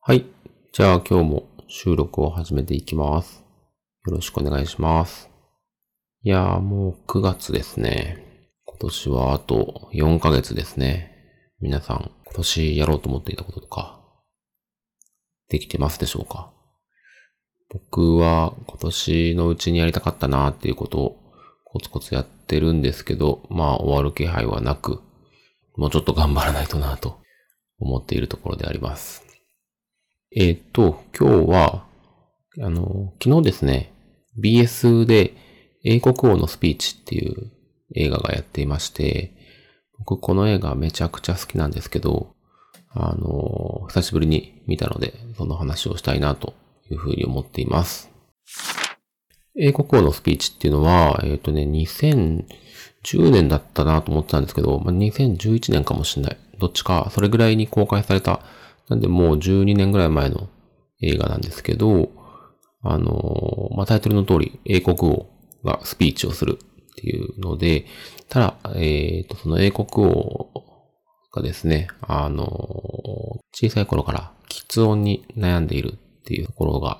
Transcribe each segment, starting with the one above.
はい。じゃあ今日も収録を始めていきます。よろしくお願いします。いやーもう9月ですね。今年はあと4ヶ月ですね。皆さん今年やろうと思っていたこととかできてますでしょうか？僕は今年のうちにやりたかったなーっていうことをコツコツやってるんですけど、終わる気配はなく、もうちょっと頑張らないとなと思っているところであります。今日は、昨日ですね、BS で英国王のスピーチっていう映画がやっていまして、僕この映画めちゃくちゃ好きなんですけど、久しぶりに見たので、その話をしたいなというふうに思っています。英国王のスピーチっていうのは、2010年だったなと思ってたんですけど、2011年かもしれない。どっちか、それぐらいに公開された、なんでもう12年ぐらい前の映画なんですけど、タイトルの通り、英国王がスピーチをするっていうので、ただ、その英国王がですね、小さい頃から喫音に悩んでいるっていうところが、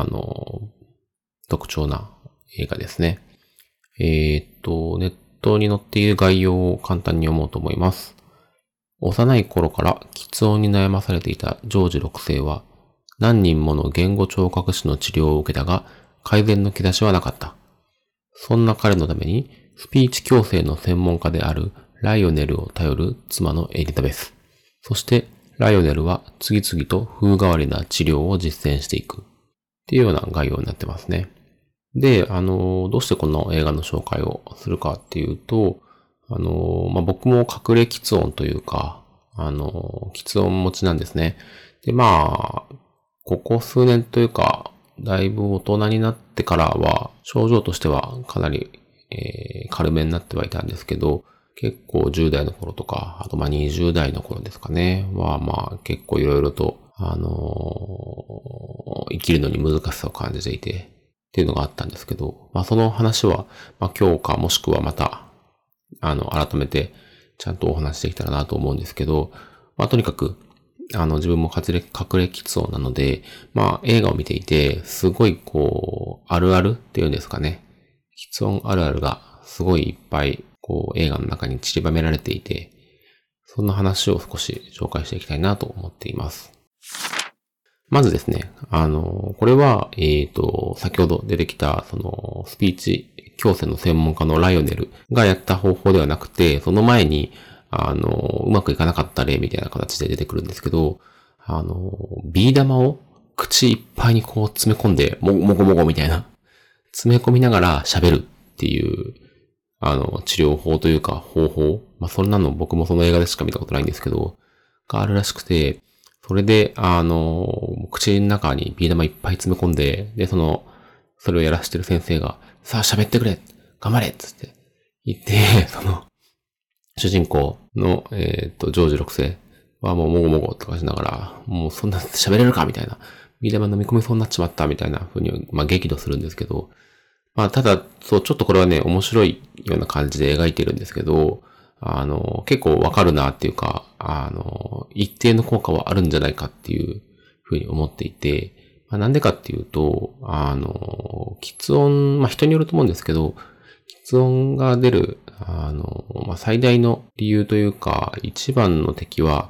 特徴な映画ですね。ネットに載っている概要を簡単に読もうと思います。幼い頃から喫音に悩まされていたジョージ6世は、何人もの言語聴覚士の治療を受けたが、改善の兆しはなかった。そんな彼のために、スピーチ矯正の専門家であるライオネルを頼る妻のエリザベス。そして、ライオネルは次々と風変わりな治療を実践していく。っていうような概要になってますね。で、どうしてこの映画の紹介をするかっていうと、僕も隠れ喫音というか、喫音持ちなんですね。で、ここ数年というか、だいぶ大人になってからは、症状としてはかなり、軽めになってはいたんですけど、結構10代の頃とか、あと20代の頃ですかね、は結構いろいろと、生きるのに難しさを感じていて、っていうのがあったんですけど、その話は、今日かもしくはまた、改めて、ちゃんとお話しできたらなと思うんですけど、とにかく、自分も隠れ喫音なので、映画を見ていて、すごいあるあるっていうんですかね。喫音あるあるがすごいいっぱい、映画の中に散りばめられていて、そんな話を少し紹介していきたいなと思っています。まずですね、これは、先ほど出てきた、スピーチ矯正の専門家のライオネルがやった方法ではなくて、その前に、うまくいかなかった例みたいな形で出てくるんですけど、ビー玉を口いっぱいに詰め込んで、もごもごみたいな、詰め込みながら喋るっていう、治療法というか方法。そんなの僕もその映画でしか見たことないんですけど、があるらしくて、それで、口の中にビー玉いっぱい詰め込んで、で、それをやらしてる先生が、さあ喋ってくれ頑張れつって言って、主人公の、ジョージ6世はもうもごもごとかしながら、もうそんな喋れるかみたいな、ビー玉飲み込みそうになっちまったみたいな風に、激怒するんですけど、ただ、ちょっとこれはね、面白いような感じで描いてるんですけど、結構わかるなっていうか、一定の効果はあるんじゃないかっていうふうに思っていて、なんでかっていうと、喫音、人によると思うんですけど、喫音が出る、最大の理由というか、一番の敵は、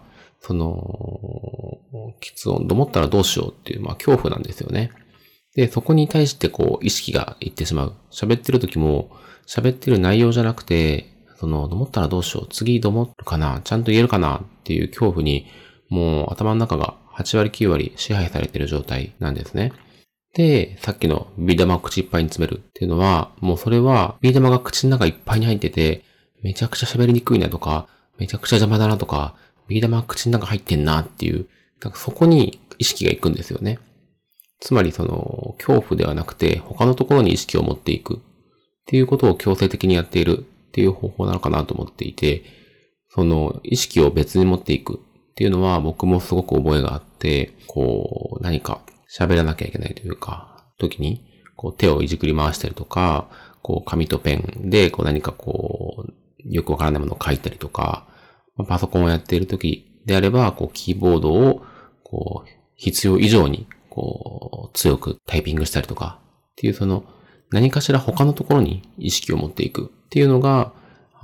喫音、と思ったらどうしようっていう、恐怖なんですよね。で、そこに対して意識がいってしまう。喋ってる時も、喋ってる内容じゃなくて、どもったらどうしよう。次どもるかなちゃんと言えるかなっていう恐怖に、もう頭の中が8割9割支配されている状態なんですね。で、さっきのビー玉を口いっぱいに詰めるっていうのは、もうそれはビー玉が口の中いっぱいに入ってて、めちゃくちゃ喋りにくいなとか、めちゃくちゃ邪魔だなとか、ビー玉が口の中入ってんなっていう、そこに意識がいくんですよね。つまり恐怖ではなくて他のところに意識を持っていくっていうことを強制的にやっているっていう方法なのかなと思っていて、意識を別に持っていくっていうのは僕もすごく覚えがあって、何か喋らなきゃいけないというか、時に手をいじくり回したりとか、紙とペンで何かよくわからないものを書いたりとか、パソコンをやっている時であれば、キーボードを必要以上に、強くタイピングしたりとか、っていう何かしら他のところに意識を持っていくっていうのが、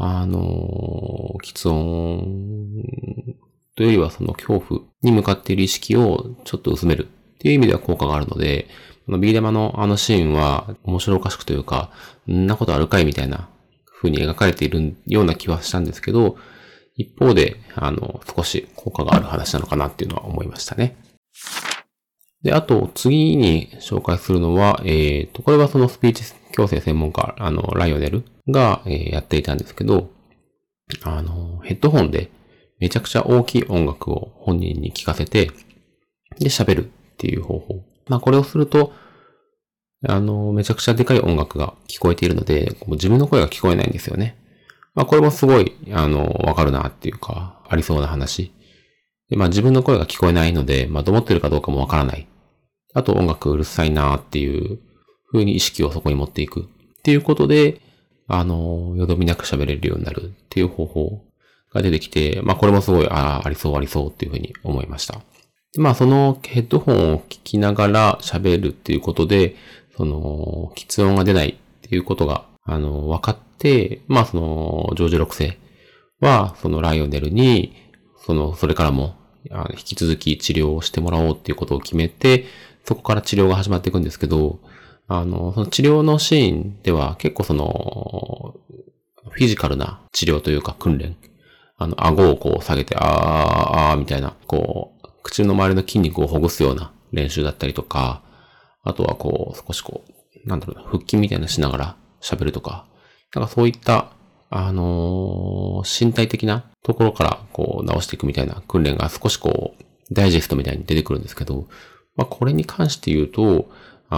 喫音というよりは恐怖に向かっている意識をちょっと薄めるっていう意味では効果があるので、ビー玉のシーンは面白おかしくというか、んなことあるかいみたいな風に描かれているような気はしたんですけど、一方で、少し効果がある話なのかなっていうのは思いましたね。で、あと、次に紹介するのは、これはスピーチ矯正専門家、ライオネルが、やっていたんですけど、ヘッドホンでめちゃくちゃ大きい音楽を本人に聞かせて、で、喋るっていう方法。これをすると、めちゃくちゃでかい音楽が聞こえているので、自分の声が聞こえないんですよね。これもすごい、わかるなっていうか、ありそうな話。で、自分の声が聞こえないので、どもってるかどうかもわからない。あと音楽うるさいなっていう風に意識をそこに持っていくっていうことで、よどみなく喋れるようになるっていう方法が出てきて、これもすごい、ありそうっていう風に思いました。で、そのヘッドホンを聞きながら喋るっていうことで、喫音が出ないっていうことが、分かって、ジョージ6世は、ライオネルに、それからも、引き続き治療をしてもらおうっていうことを決めて、そこから治療が始まっていくんですけど、その治療のシーンでは結構フィジカルな治療というか訓練、顎を下げて、みたいな、口の周りの筋肉をほぐすような練習だったりとか、あとは少し腹筋みたいなしながら喋るとか、そういった、身体的なところから直していくみたいな訓練が少しダイジェストみたいに出てくるんですけど、これに関して言うと、フ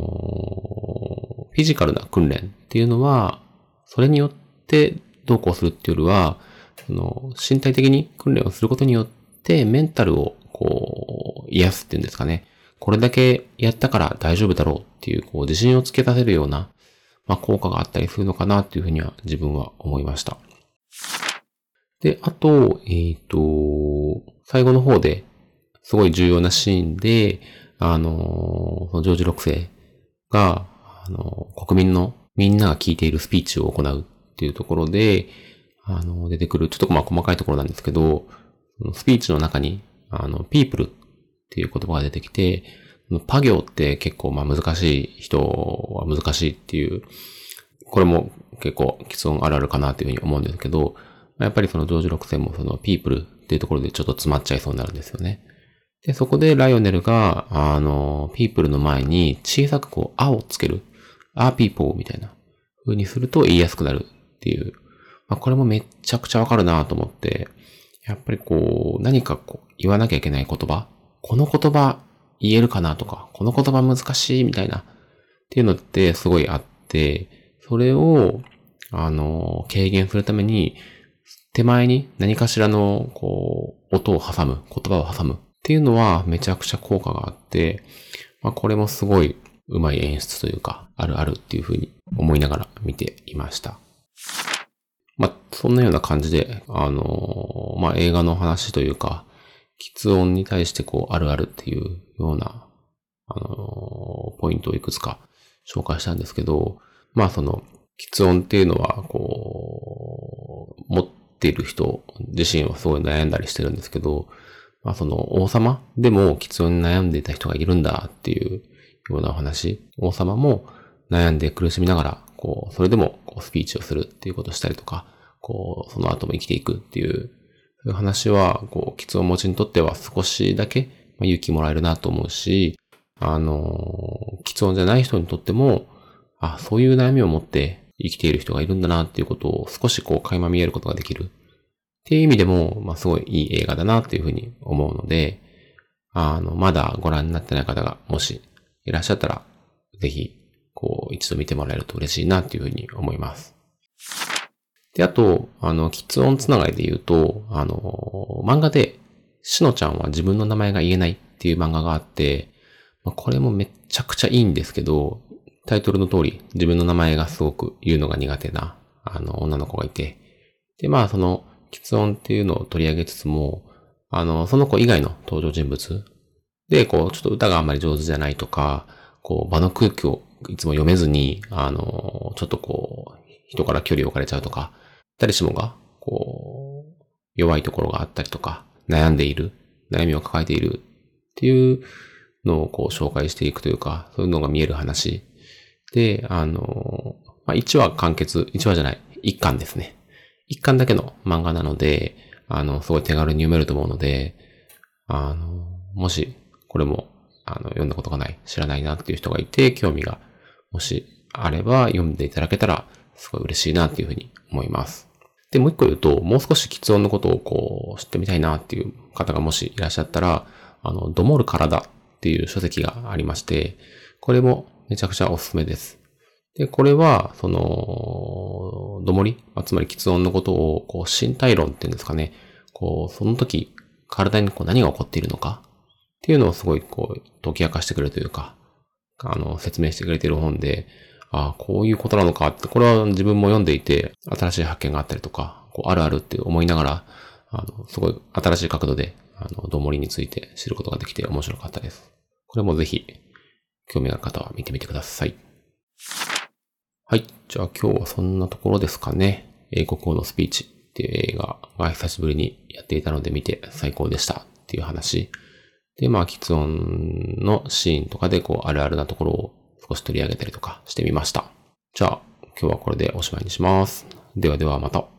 ィジカルな訓練っていうのは、それによってどうこうするっていうよりは、身体的に訓練をすることによってメンタルを癒すっていうんですかね。これだけやったから大丈夫だろうっていう、自信をつけさせるような、効果があったりするのかなっていうふうには自分は思いました。で、あと、最後の方ですごい重要なシーンで、ジョージ6世が、国民のみんなが聞いているスピーチを行うっていうところで、出てくる、ちょっと細かいところなんですけど、スピーチの中に、ピープルっていう言葉が出てきて、パ行って結構難しい人は難しいっていう、これも結構喫音あるあるかなというふうに思うんですけど、やっぱりジョージ6世もピープルっていうところでちょっと詰まっちゃいそうになるんですよね。で、そこでライオネルが、ピープルの前に小さくあをつける。ピーポーみたいな風にすると言いやすくなるっていう。これもめっちゃくちゃわかるなと思って、やっぱり何か言わなきゃいけない言葉、この言葉言えるかなとか、この言葉難しいみたいなっていうのってすごいあって、それを、軽減するために、手前に何かしらの、音を挟む、言葉を挟むっていうのはめちゃくちゃ効果があって、これもすごいうまい演出というか、あるあるっていうふうに思いながら見ていました。そんなような感じで、映画の話というか、喫音に対してあるあるっていうような、ポイントをいくつか紹介したんですけど、喫音っていうのは、持っている人自身はすごい悩んだりしてるんですけど、王様でも喫音に悩んでいた人がいるんだっていうようなお話。王様も悩んで苦しみながら、それでもスピーチをするっていうことをしたりとか、その後も生きていくっていう話は、喫音持ちにとっては少しだけ勇気もらえるなと思うし、喫音じゃない人にとっても、そういう悩みを持って生きている人がいるんだなっていうことを少し垣間見えることができるっていう意味でも、すごいいい映画だなっていうふうに思うので、まだご覧になってない方がもしいらっしゃったら、ぜひ、一度見てもらえると嬉しいなっていうふうに思います。で、あと、喫音つながりで言うと、漫画で、しのちゃんは自分の名前が言えないっていう漫画があって、これもめっちゃくちゃいいんですけど、タイトルの通り、自分の名前がすごく言うのが苦手な、女の子がいて、で、喫音っていうのを取り上げつつも、その子以外の登場人物で、ちょっと歌があんまり上手じゃないとか、場の空気をいつも読めずに、ちょっと人から距離を置かれちゃうとか、誰しもが、弱いところがあったりとか、悩んでいる、悩みを抱えているっていうのを紹介していくというか、そういうのが見える話。で、1話完結、1話じゃない、1巻ですね。1巻だけの漫画なので、すごい手軽に読めると思うので、もし、これも、読んだことがない、知らないなっていう人がいて、興味が、もしあれば読んでいただけたら、すごい嬉しいなっていうふうに思います。で、もう一個言うと、もう少し喫音のことを知ってみたいなっていう方がもしいらっしゃったら、どもる体っていう書籍がありまして、これもめちゃくちゃおすすめです。で、これは、どもり、つまり喫音のことを、身体論っていうんですかね、その時、体に何が起こっているのかっていうのをすごい解き明かしてくれるというか、説明してくれている本で、こういうことなのかって、これは自分も読んでいて、新しい発見があったりとか、あるあるって思いながら、すごい新しい角度で、どもりについて知ることができて面白かったです。これもぜひ、興味がある方は見てみてください。はい。じゃあ今日はそんなところですかね。英国語のスピーチっていう映画が久しぶりにやっていたので見て最高でしたっていう話。で、喫音のシーンとかであるあるなところを少し取り上げたりとかしてみました。じゃあ今日はこれでおしまいにします。ではではまた。